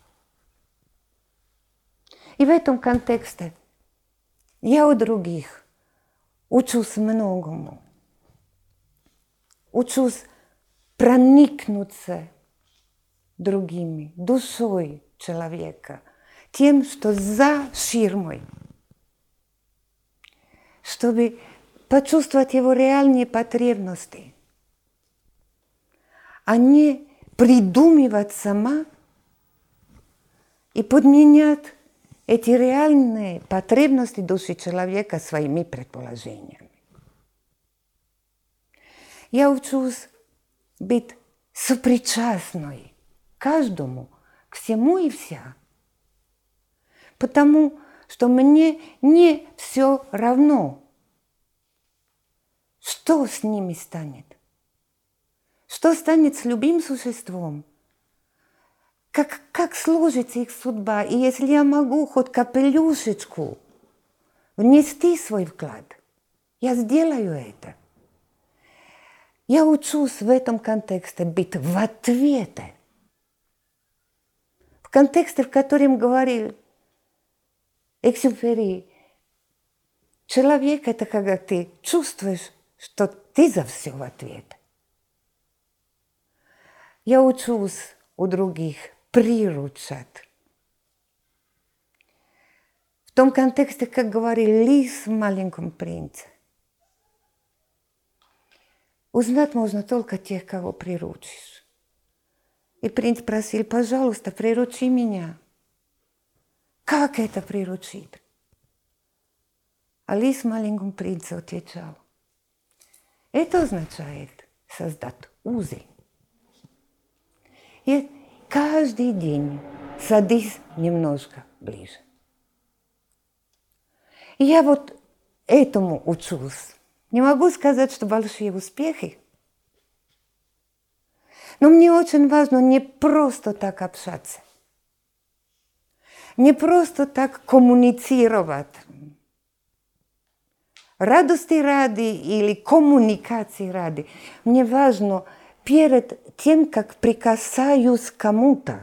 И в этом контексте я у других учусь многому. Учусь проникнуться другими, душой человека, тем, что за ширмой, чтобы почувствовать его реальные потребности, а не придумывать сама и подменять эти реальные потребности души человека своими предположениями. Я учусь быть сопричастной каждому, к всему и вся. Потому что мне не все равно, что с ними станет. Что станет с любым существом. Как сложится их судьба. И если я могу хоть капелюшечку внести свой вклад, я сделаю это. Я учусь в этом контексте быть в ответе. В контексте, в котором говорил Экзюпери, человек – это когда ты чувствуешь, что ты за все в ответ. Я учусь у других приручать. В том контексте, как говорил Лис в «Маленьком принце». Узнать можно только тех, кого приручишь. И принц просил: пожалуйста, приручи меня. Как это приручить? А Лис в «Маленьком принце» отвечал: это означает создать узы. И каждый день садись немножко ближе. И я вот этому учусь. Не могу сказать, что большие успехи, но мне очень важно не просто так общаться, не просто так коммуницировать. Радости ради или коммуникации ради. Мне важно перед тем, как прикасаюсь к кому-то,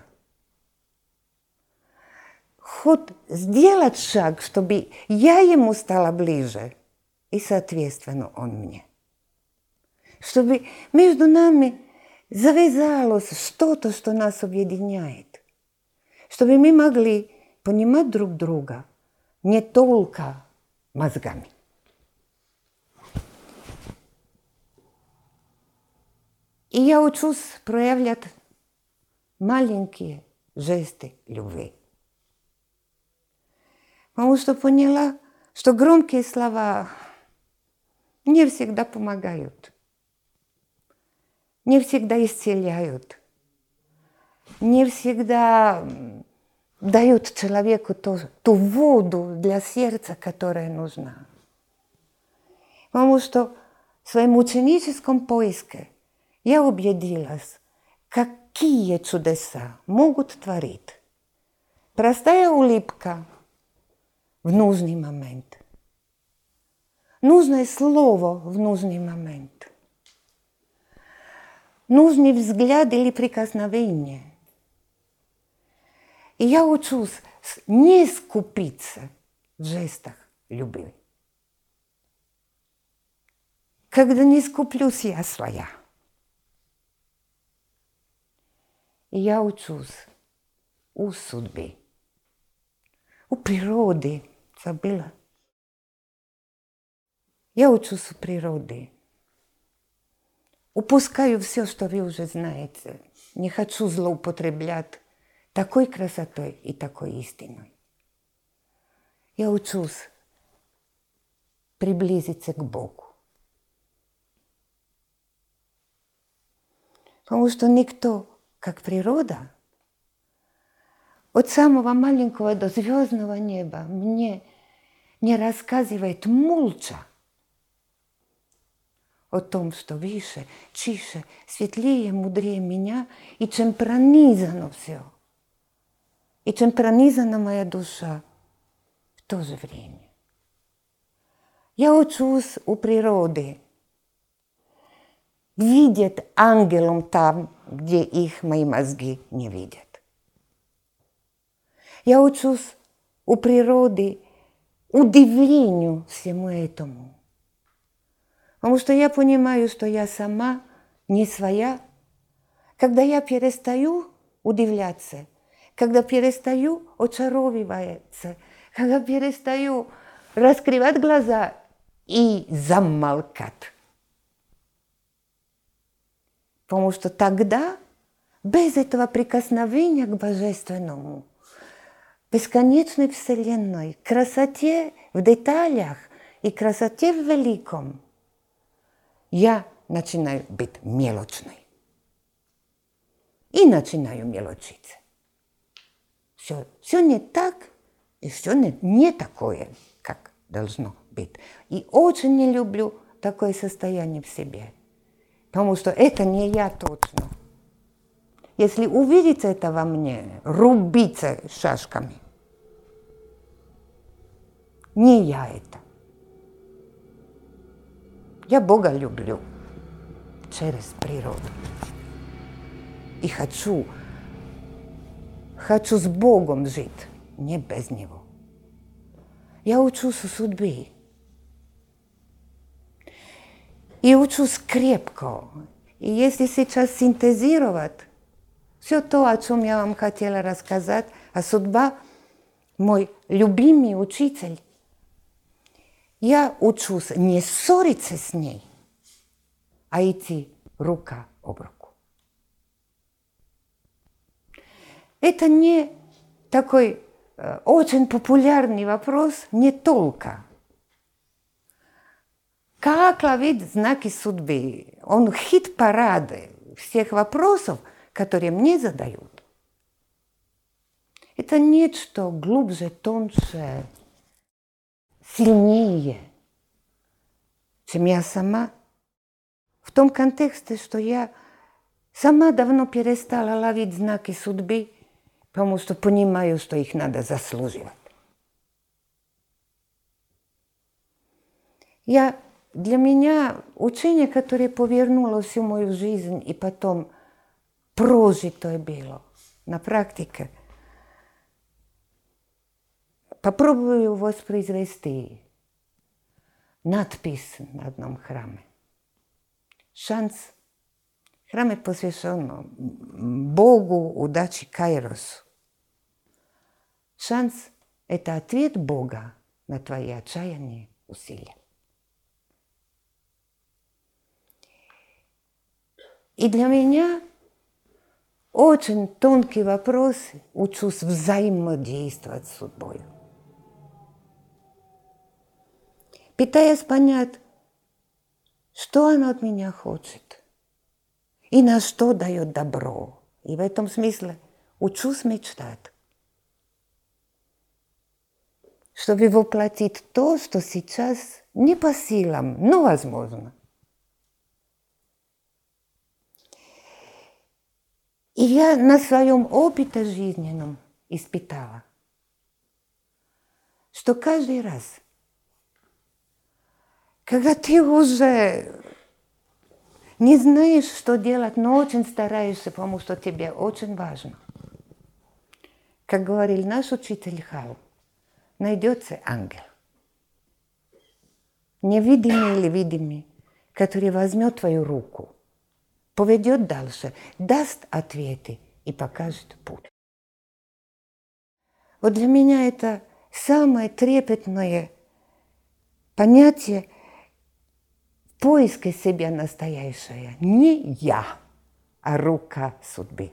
хоть сделать шаг, чтобы я ему стала ближе, и, соответственно, он мне. Чтобы между нами завязалось что-то, что нас объединяет. Чтобы мы могли понимать друг друга не только мозгами. И я учусь проявлять маленькие жесты любви. Потому что поняла, что громкие слова не всегда помогают, не всегда исцеляют, не всегда дают человеку ту воду для сердца, которая нужна. Потому что в своем ученическом поиске я убедилась, какие чудеса могут творить простая улыбка в нужный момент. нужное слово в нужный момент, нужный взгляд или прикосновение. И я учусь не скупиться в жестах любви. Когда не скуплюсь, я своя. И я учусь у судьбы, у природы, забыла. Я учусь у природы. Упускаю все, что вы уже знаете. Не хочу злоупотреблять такой красотой и такой истиной. Я учусь приблизиться к Богу. Потому что никто, как природа, от самого маленького до звездного неба мне не рассказывает молча о том, что выше, чище, светлее, мудрее меня, и чем пронизано все, и чем пронизана моя душа в то же время. Я учусь у природы видеть ангелом там, где их мои мозги не видят. Я учусь у природы удивлению всему этому. Потому что я понимаю, что я сама не своя. Когда я перестаю удивляться, когда перестаю очаровываться, когда перестаю раскрывать глаза и замолкать. Потому что тогда, без этого прикосновения к Божественному, бесконечной Вселенной, красоте в деталях и красоте в великом, я начинаю быть мелочной. И начинаю мелочиться. Все не так, и все не такое, как должно быть. И очень не люблю такое состояние в себе. Потому что это не я точно. Если увидите это во мне, рубиться шашками. Не я это. Я Бога люблю через природу. И хочу с Богом жить, не без Него. Я учусь у судьбы. И учусь крепко. И если сейчас синтезировать все то, о чем я вам хотела рассказать, а судьба – мой любимый учитель, я учусь не ссориться с ней, а идти рука об руку. Это не такой очень популярный вопрос, не только. Как ловить знаки судьбы? Он хит-парады всех вопросов, которые мне задают. Это нечто глубже, тоньше, сильнее, чем я сама. В том контексте, что я сама давно перестала ловить знаки судьбы, потому что понимаю, что их надо заслуживать. Для меня учение, которое повернуло всю мою жизнь и потом прожитое было на практике, попробую воспроизвести надпись на одном храме. Шанс. Храм посвящен Богу, удачи, Кайросу. Шанс – это ответ Бога на твои отчаянные усилия. И для меня очень тонкий вопрос – учусь взаимодействовать с судьбой. Пытаясь понять, что она от меня хочет и на что дает добро. И в этом смысле учусь мечтать, чтобы воплотить то, что сейчас не по силам, но возможно. И я на своем опыте жизненном испытала, что каждый раз, когда ты уже не знаешь, что делать, но очень стараешься, потому что тебе очень важно. Как говорил наш учитель Хал, найдется ангел. Невидимый или видимый, который возьмет твою руку, поведет дальше, даст ответы и покажет путь. Вот для меня это самое трепетное понятие поиска себя настоящего. Не я, а рука судьбы.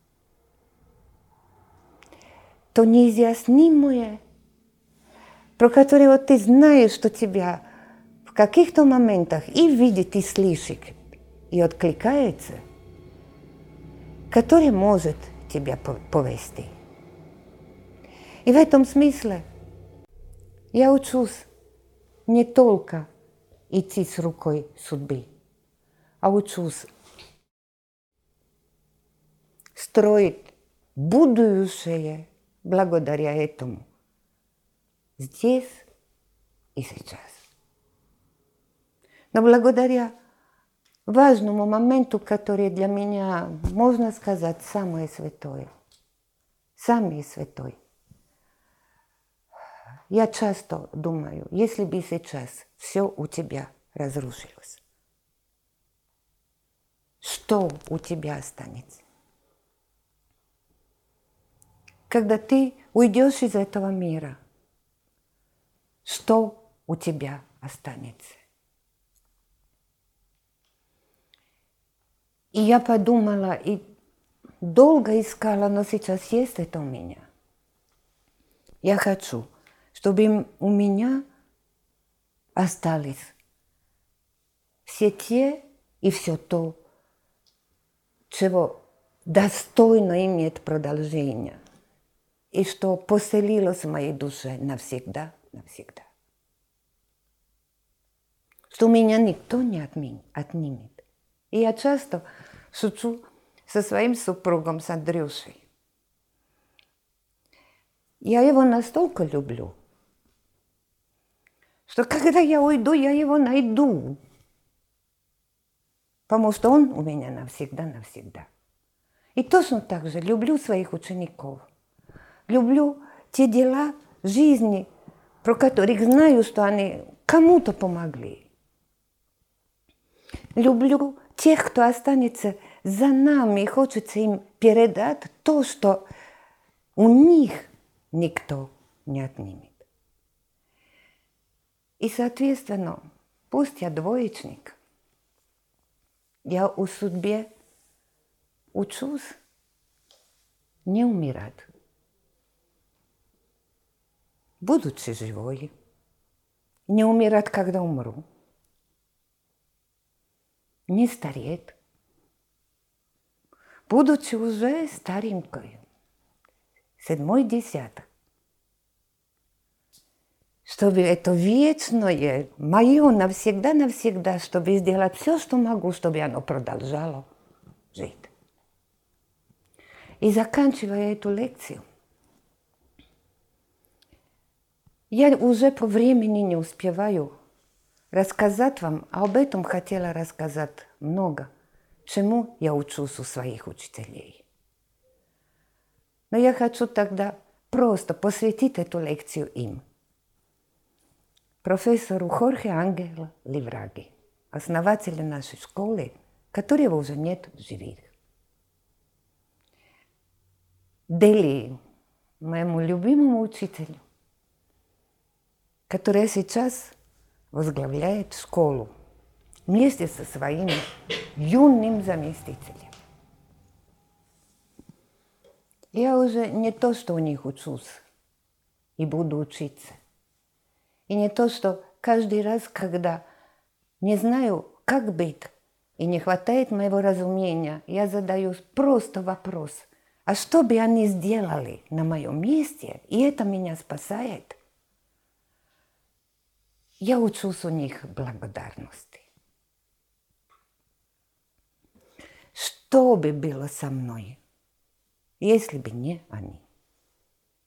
То неизъяснимое, про которое вот ты знаешь, что тебя в каких-то моментах и видит, и слышит, и откликается, который может тебя повести. И в этом смысле я учусь не только идти с рукой судьбы, а учусь строить будущее благодаря этому здесь и сейчас. Но благодаря важному моменту, который для меня, можно сказать, самое святое. Самое святое. Я часто думаю, если бы сейчас все у тебя разрушилось, что у тебя останется? Когда ты уйдешь из этого мира, что у тебя останется? И я подумала, и долго искала, но сейчас есть это у меня. Я хочу, чтобы у меня остались все те и все то, чего достойно имеет продолжение, и что поселилось в моей душе навсегда, навсегда. Что меня никто не отнимет. И я часто шучу со своим супругом, с Андрюшей. Я его настолько люблю, что когда я уйду, я его найду. Потому что он у меня навсегда, навсегда. И точно так же люблю своих учеников. Люблю те дела жизни, про которых знаю, что они кому-то помогли. Люблю тех, кто останется за нами, и хочется им передать то, что у них никто не отнимет. И, соответственно, пусть я двоечник, я у судьбе учусь не умирать, будучи живой, не умирать, когда умру, не стареть, будучи уже старенькой, 7-й десяток, чтобы это вечное, мое навсегда, навсегда, чтобы сделать все, что могу, чтобы оно продолжало жить. И заканчивая эту лекцию, я уже по времени не успеваю рассказать вам, а об этом хотела рассказать много, чему я учусь у своих учителей. Но я хочу тогда просто посвятить эту лекцию им. Профессору Хорхе Ангелу Ливраги, основателю нашей школы, которого уже нет в живых. Дели, моему любимому учителю, который сейчас возглавляет школу вместе со своим юным заместителем. Я уже не то, что у них учусь и буду учиться. И не то, что каждый раз, когда не знаю, как быть, и не хватает моего разумения, я задаю просто вопрос, а что бы они сделали на моем месте, и это меня спасает. Я учусь у них благодарности. Что бы было со мной, если бы не они?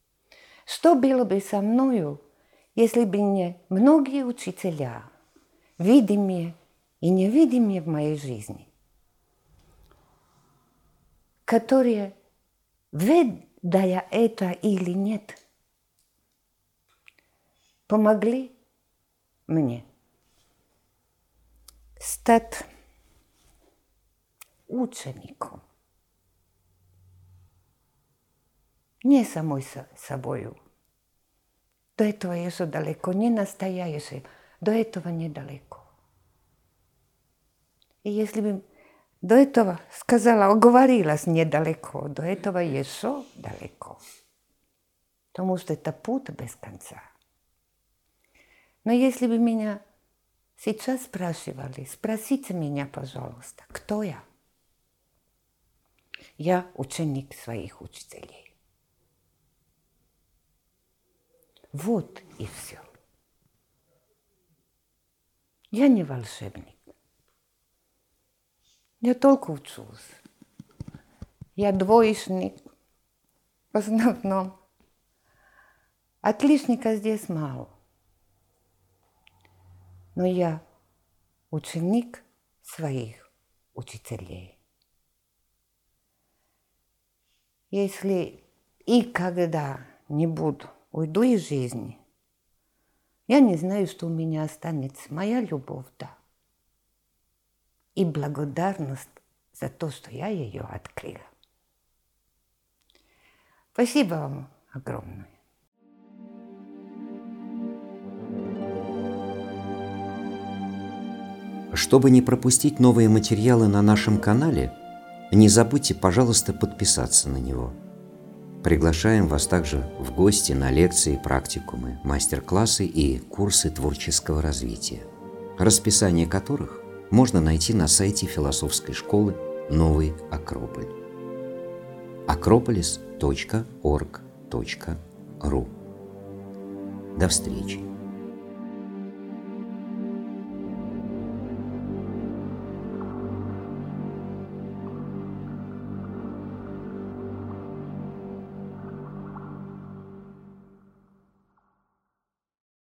Что было бы со мною, если бы не многие учителя, видимые и невидимые в моей жизни, которые, ведая это или нет, помогли мне стать учеником. Не самой собою. До этого еще далеко, не настоящий, до этого недалеко. И если бы до этого сказала, оговорилась недалеко, до этого еще далеко. Потому что это путь без конца. Но если бы меня сейчас спрашивали, спросите меня, пожалуйста, кто я? Я ученик своих учителей. Вот и все. Я не волшебник. Я только учусь. Я двоечник в основном. Отличника здесь мало. Но я ученик своих учителей. Если и когда-нибудь уйду из жизни, я не знаю, что у меня останется. Моя любовь, да. И благодарность за то, что я ее открыла. Спасибо вам огромное. Чтобы не пропустить новые материалы на нашем канале, не забудьте, пожалуйста, подписаться на него. Приглашаем вас также в гости на лекции, практикумы, мастер-классы и курсы творческого развития, расписание которых можно найти на сайте философской школы «Новый Акрополь» acropolis.org.ru. До встречи!